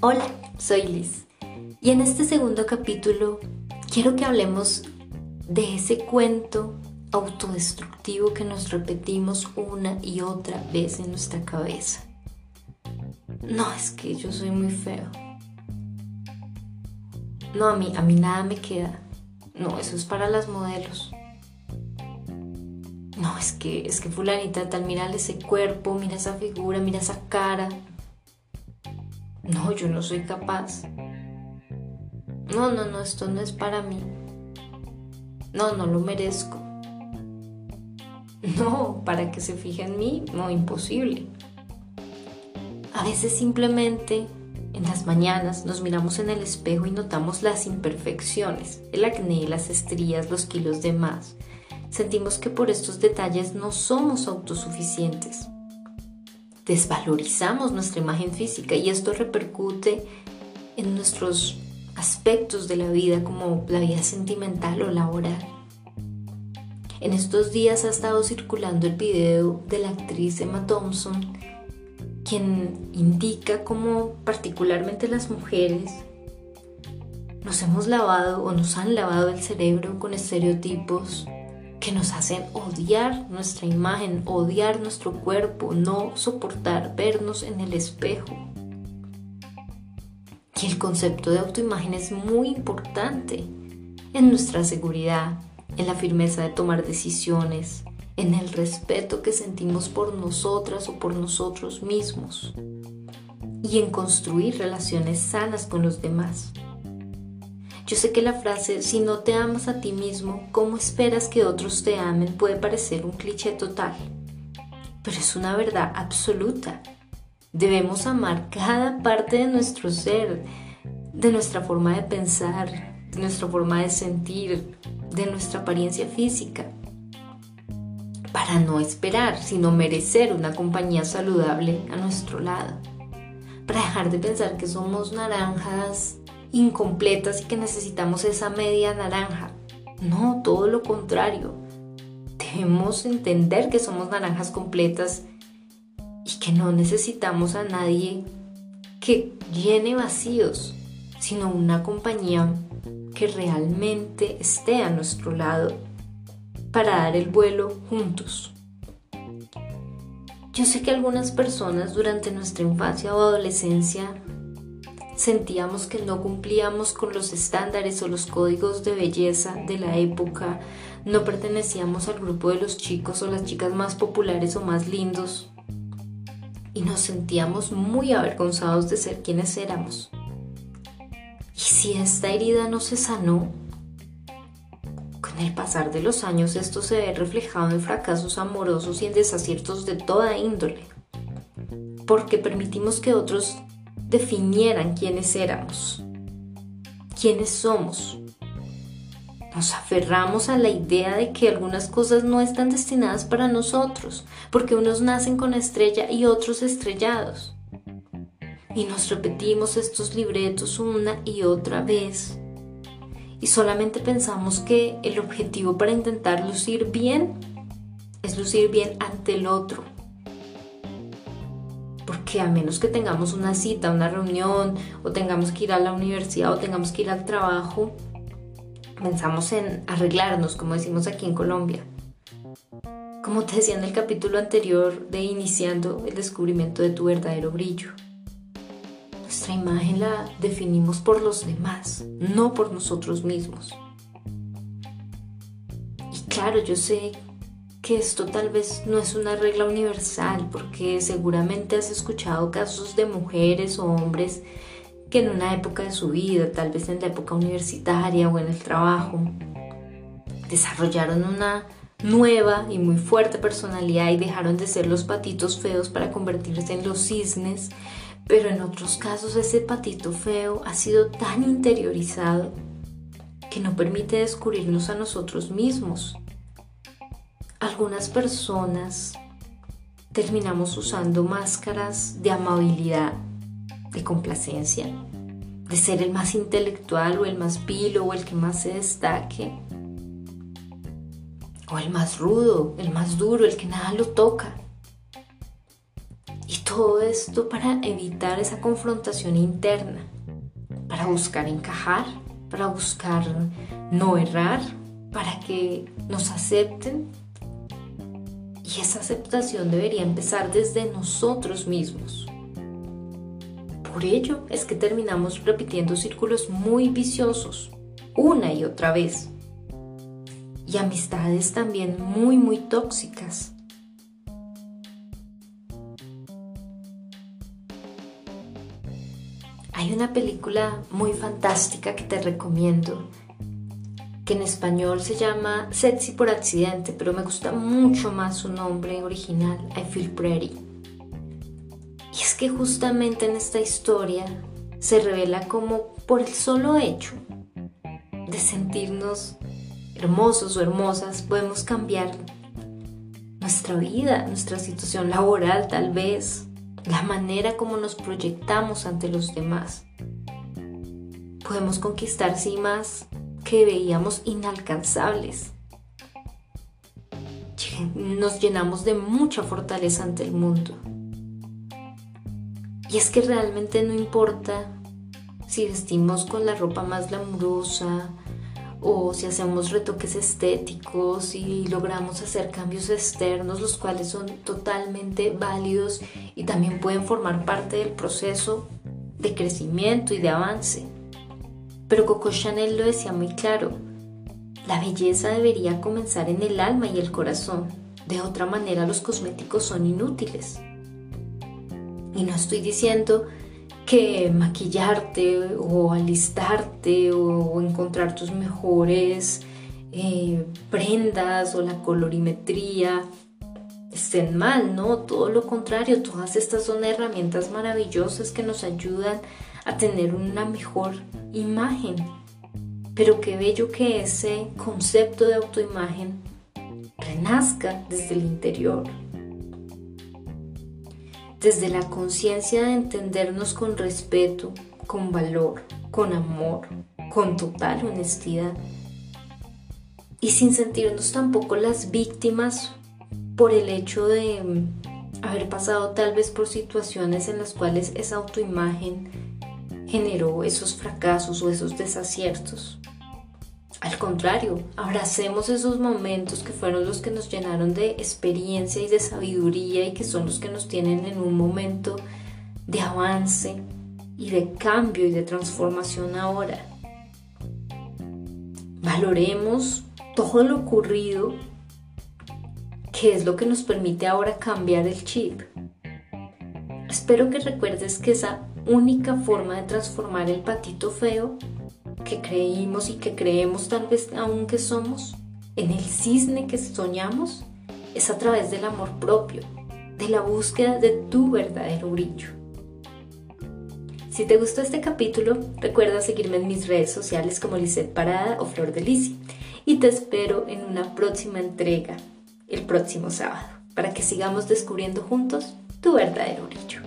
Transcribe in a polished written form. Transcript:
Hola, soy Liz y en este segundo capítulo quiero que hablemos de ese cuento autodestructivo que nos repetimos una y otra vez en nuestra cabeza. No, es que yo soy muy feo. No, a mí nada me queda. No, eso es para las modelos. No, es que fulanita tal, mírale ese cuerpo, mira esa figura, mira esa cara. No, yo no soy capaz. No, esto no es para mí. No lo merezco. No, para que se fije en mí, no, imposible. A veces simplemente en las mañanas nos miramos en el espejo y notamos las imperfecciones, el acné, las estrías, los kilos de más. Sentimos que por estos detalles no somos autosuficientes. Desvalorizamos nuestra imagen física y esto repercute en nuestros aspectos de la vida, como la vida sentimental o laboral. En estos días ha estado circulando el video de la actriz Emma Thompson, quien indica cómo particularmente las mujeres nos hemos lavado o nos han lavado el cerebro con estereotipos que nos hacen odiar nuestra imagen, odiar nuestro cuerpo, no soportar vernos en el espejo. Y el concepto de autoimagen es muy importante en nuestra seguridad, en la firmeza de tomar decisiones, en el respeto que sentimos por nosotras o por nosotros mismos y en construir relaciones sanas con los demás. Yo sé que la frase, si no te amas a ti mismo, ¿cómo esperas que otros te amen? Puede parecer un cliché total, pero es una verdad absoluta. Debemos amar cada parte de nuestro ser, de nuestra forma de pensar, de nuestra forma de sentir, de nuestra apariencia física, para no esperar, sino merecer una compañía saludable a nuestro lado, para dejar de pensar que somos naranjas incompletas y que necesitamos esa media naranja. No, todo lo contrario. Debemos entender que somos naranjas completas y que no necesitamos a nadie que llene vacíos, sino una compañía que realmente esté a nuestro lado para dar el vuelo juntos. Yo sé que algunas personas durante nuestra infancia o adolescencia sentíamos que no cumplíamos con los estándares o los códigos de belleza de la época, no pertenecíamos al grupo de los chicos o las chicas más populares o más lindos y nos sentíamos muy avergonzados de ser quienes éramos. Y si esta herida no se sanó, con el pasar de los años esto se ve reflejado en fracasos amorosos y en desaciertos de toda índole, porque permitimos que otros definieran quiénes éramos, quiénes somos. Nos aferramos a la idea de que algunas cosas no están destinadas para nosotros, porque unos nacen con estrella y otros estrellados. Y nos repetimos estos libretos una y otra vez. Y solamente pensamos que el objetivo para intentar lucir bien es lucir bien ante el otro. Porque a menos que tengamos una cita, una reunión, o tengamos que ir a la universidad, o tengamos que ir al trabajo, pensamos en arreglarnos, como decimos aquí en Colombia. Como te decía en el capítulo anterior de Iniciando el descubrimiento de tu verdadero brillo. Nuestra imagen la definimos por los demás, no por nosotros mismos. Y claro, yo sé que esto tal vez no es una regla universal, porque seguramente has escuchado casos de mujeres o hombres que en una época de su vida, tal vez en la época universitaria o en el trabajo, desarrollaron una nueva y muy fuerte personalidad y dejaron de ser los patitos feos para convertirse en los cisnes, pero en otros casos ese patito feo ha sido tan interiorizado que no permite descubrirnos a nosotros mismos. Algunas personas terminamos usando máscaras de amabilidad, de complacencia, de ser el más intelectual o el más pilo o el que más se destaque, o el más rudo, el más duro, el que nada lo toca. Y Todo esto para evitar esa confrontación interna, para buscar encajar, para buscar no errar, para que nos acepten. Y esa aceptación debería empezar desde nosotros mismos. Por ello es que terminamos repitiendo círculos muy viciosos, una y otra vez. Y amistades también muy, muy tóxicas. Hay una película muy fantástica que te recomiendo, que en español se llama Sexy por accidente, pero me gusta mucho más su nombre original, I Feel Pretty. Y es que justamente en esta historia se revela cómo por el solo hecho de sentirnos hermosos o hermosas podemos cambiar nuestra vida, nuestra situación laboral tal vez, la manera como nos proyectamos ante los demás. Podemos conquistar cimas que veíamos inalcanzables. Nos llenamos de mucha fortaleza ante el mundo. Y es que realmente no importa si vestimos con la ropa más glamurosa o si hacemos retoques estéticos y logramos hacer cambios externos, los cuales son totalmente válidos y también pueden formar parte del proceso de crecimiento y de avance. Pero Coco Chanel lo decía muy claro, la belleza debería comenzar en el alma y el corazón, de otra manera los cosméticos son inútiles. Y no estoy diciendo que maquillarte o alistarte o encontrar tus mejores prendas o la colorimetría estén mal, ¿no? Todo lo contrario, todas estas son herramientas maravillosas que nos ayudan a tener una mejor imagen. Pero qué bello que ese concepto de autoimagen renazca desde el interior. Desde la conciencia de entendernos con respeto, con valor, con amor, con total honestidad. Y sin sentirnos tampoco las víctimas por el hecho de haber pasado tal vez por situaciones en las cuales esa autoimagen generó esos fracasos o esos desaciertos. Al contrario, abracemos esos momentos que fueron los que nos llenaron de experiencia y de sabiduría y que son los que nos tienen en un momento de avance y de cambio y de transformación ahora. Valoremos todo lo ocurrido, que es lo que nos permite ahora cambiar el chip. Espero que recuerdes que esa única forma de transformar el patito feo que creímos y que creemos tal vez aún que somos, en el cisne que soñamos, es a través del amor propio, de la búsqueda de tu verdadero brillo. Si te gustó este capítulo, recuerda seguirme en mis redes sociales como Lisette Parada o Flor de Lisi, y te espero en una próxima entrega, el próximo sábado, para que sigamos descubriendo juntos tu verdadero brillo.